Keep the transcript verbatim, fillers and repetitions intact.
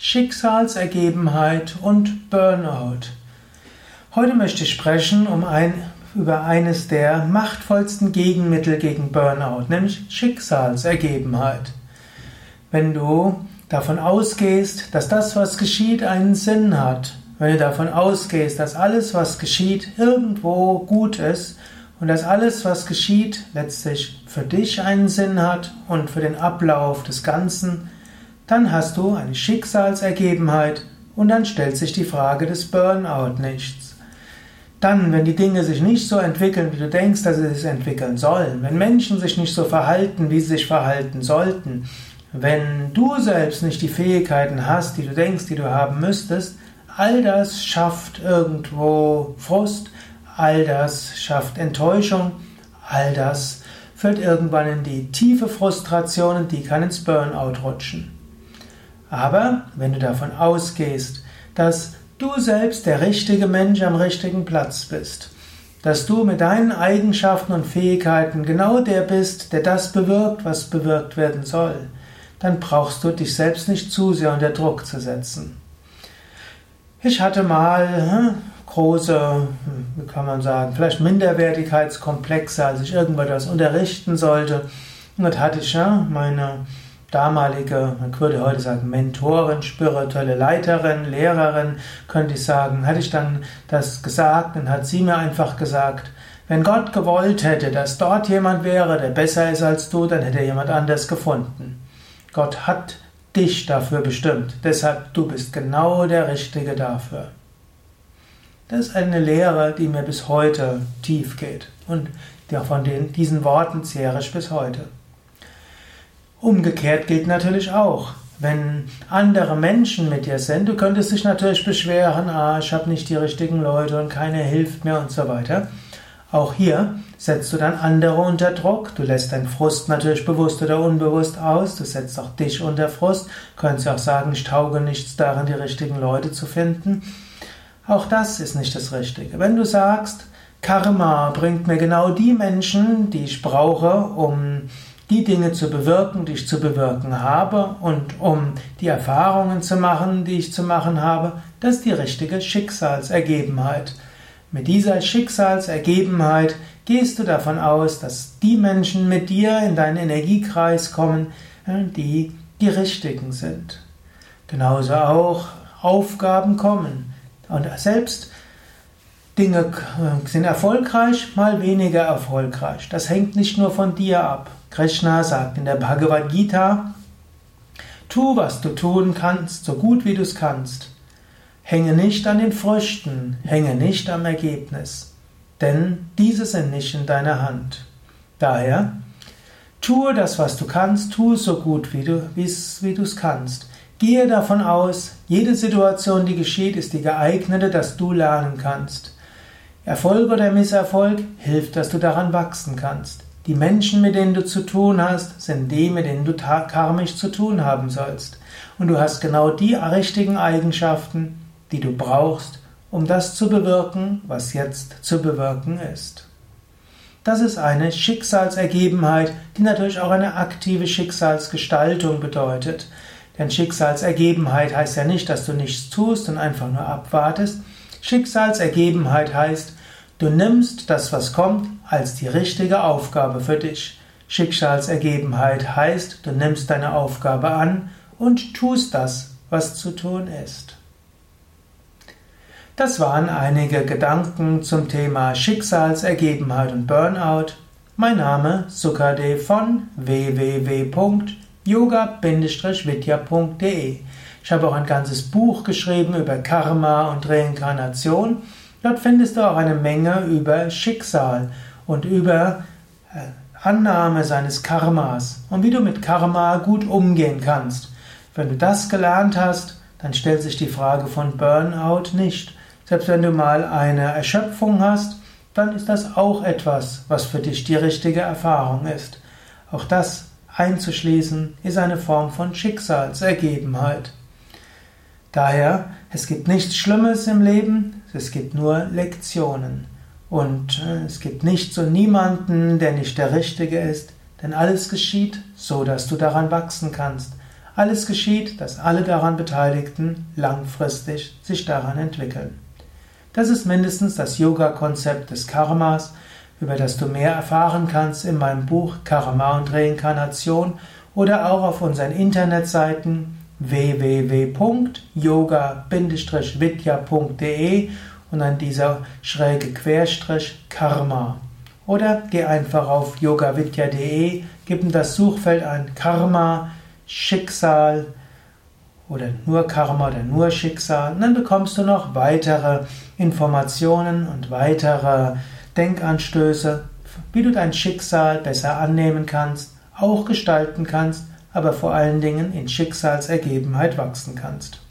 Schicksalsergebenheit und Burnout. Heute möchte ich sprechen um ein, über eines der machtvollsten Gegenmittel gegen Burnout, nämlich Schicksalsergebenheit. Wenn du davon ausgehst, dass das, was geschieht, einen Sinn hat, wenn du davon ausgehst, dass alles, was geschieht, irgendwo gut ist und dass alles, was geschieht, letztlich für dich einen Sinn hat und für den Ablauf des Ganzen, dann hast du eine Schicksalsergebenheit und dann stellt sich die Frage des Burnout nichts. Dann, wenn die Dinge sich nicht so entwickeln, wie du denkst, dass sie sich entwickeln sollen, wenn Menschen sich nicht so verhalten, wie sie sich verhalten sollten, wenn du selbst nicht die Fähigkeiten hast, die du denkst, die du haben müsstest, all das schafft irgendwo Frust, all das schafft Enttäuschung, all das führt irgendwann in die tiefe Frustration und die kann ins Burnout rutschen. Aber wenn du davon ausgehst, dass du selbst der richtige Mensch am richtigen Platz bist, dass du mit deinen Eigenschaften und Fähigkeiten genau der bist, der das bewirkt, was bewirkt werden soll, dann brauchst du dich selbst nicht zu sehr unter Druck zu setzen. Ich hatte mal hm, große, wie kann man sagen, vielleicht Minderwertigkeitskomplexe, als ich irgendwas unterrichten sollte. Und dort hatte ich ja meine damalige, man würde heute sagen, Mentorin, spirituelle Leiterin, Lehrerin, könnte ich sagen, hatte ich dann das gesagt und hat sie mir einfach gesagt, wenn Gott gewollt hätte, dass dort jemand wäre, der besser ist als du, dann hätte er jemand anders gefunden. Gott hat dich dafür bestimmt, deshalb du bist genau der Richtige dafür. Das ist eine Lehre, die mir bis heute tief geht und von den, diesen Worten zehre ich bis heute. Umgekehrt gilt natürlich auch, wenn andere Menschen mit dir sind, du könntest dich natürlich beschweren, ah, ich habe nicht die richtigen Leute und keiner hilft mir und so weiter. Auch hier setzt du dann andere unter Druck, du lässt deinen Frust natürlich bewusst oder unbewusst aus, du setzt auch dich unter Frust, könntest auch sagen, ich tauge nichts darin, die richtigen Leute zu finden. Auch das ist nicht das Richtige. Wenn du sagst, Karma bringt mir genau die Menschen, die ich brauche, um die Dinge zu bewirken, die ich zu bewirken habe und um die Erfahrungen zu machen, die ich zu machen habe, das ist die richtige Schicksalsergebenheit. Mit dieser Schicksalsergebenheit gehst du davon aus, dass die Menschen mit dir in deinen Energiekreis kommen, die die richtigen sind. Genauso auch Aufgaben kommen. Und selbst Dinge sind erfolgreich, mal weniger erfolgreich. Das hängt nicht nur von dir ab. Krishna sagt in der Bhagavad Gita, tu, was du tun kannst, so gut wie du es kannst. Hänge nicht an den Früchten, hänge nicht am Ergebnis, denn diese sind nicht in deiner Hand. Daher, tue das, was du kannst, tu es so gut, wie du wie es kannst. Gehe davon aus, jede Situation, die geschieht, ist die geeignete, dass du lernen kannst. Erfolg oder Misserfolg hilft, dass du daran wachsen kannst. Die Menschen, mit denen du zu tun hast, sind die, mit denen du karmisch zu tun haben sollst. Und du hast genau die richtigen Eigenschaften, die du brauchst, um das zu bewirken, was jetzt zu bewirken ist. Das ist eine Schicksalsergebenheit, die natürlich auch eine aktive Schicksalsgestaltung bedeutet. Denn Schicksalsergebenheit heißt ja nicht, dass du nichts tust und einfach nur abwartest. Schicksalsergebenheit heißt, du nimmst das, was kommt, als die richtige Aufgabe für dich. Schicksalsergebenheit heißt, du nimmst deine Aufgabe an und tust das, was zu tun ist. Das waren einige Gedanken zum Thema Schicksalsergebenheit und Burnout. Mein Name Sukadev von w w w punkt yoga Bindestrich vidya punkt de. Ich habe auch ein ganzes Buch geschrieben über Karma und Reinkarnation. Dort findest du auch eine Menge über Schicksal und über Annahme seines Karmas und wie du mit Karma gut umgehen kannst. Wenn du das gelernt hast, dann stellt sich die Frage von Burnout nicht. Selbst wenn du mal eine Erschöpfung hast, dann ist das auch etwas, was für dich die richtige Erfahrung ist. Auch das einzuschließen ist eine Form von Schicksalsergebenheit. Daher, es gibt nichts Schlimmes im Leben, es gibt nur Lektionen. Und es gibt nichts und niemanden, der nicht der Richtige ist, denn alles geschieht so, dass du daran wachsen kannst. Alles geschieht, dass alle daran Beteiligten langfristig sich daran entwickeln. Das ist mindestens das Yoga-Konzept des Karmas, über das du mehr erfahren kannst in meinem Buch Karma und Reinkarnation oder auch auf unseren Internetseiten w w w punkt yoga vidya punkt de und an dieser schräge Querstrich Karma. Oder geh einfach auf yogavidya punkt de, gib in das Suchfeld ein Karma, Schicksal oder nur Karma oder nur Schicksal. Und dann bekommst du noch weitere Informationen und weitere Denkanstöße, wie du dein Schicksal besser annehmen kannst, auch gestalten kannst, aber vor allen Dingen in Schicksalsergebenheit wachsen kannst.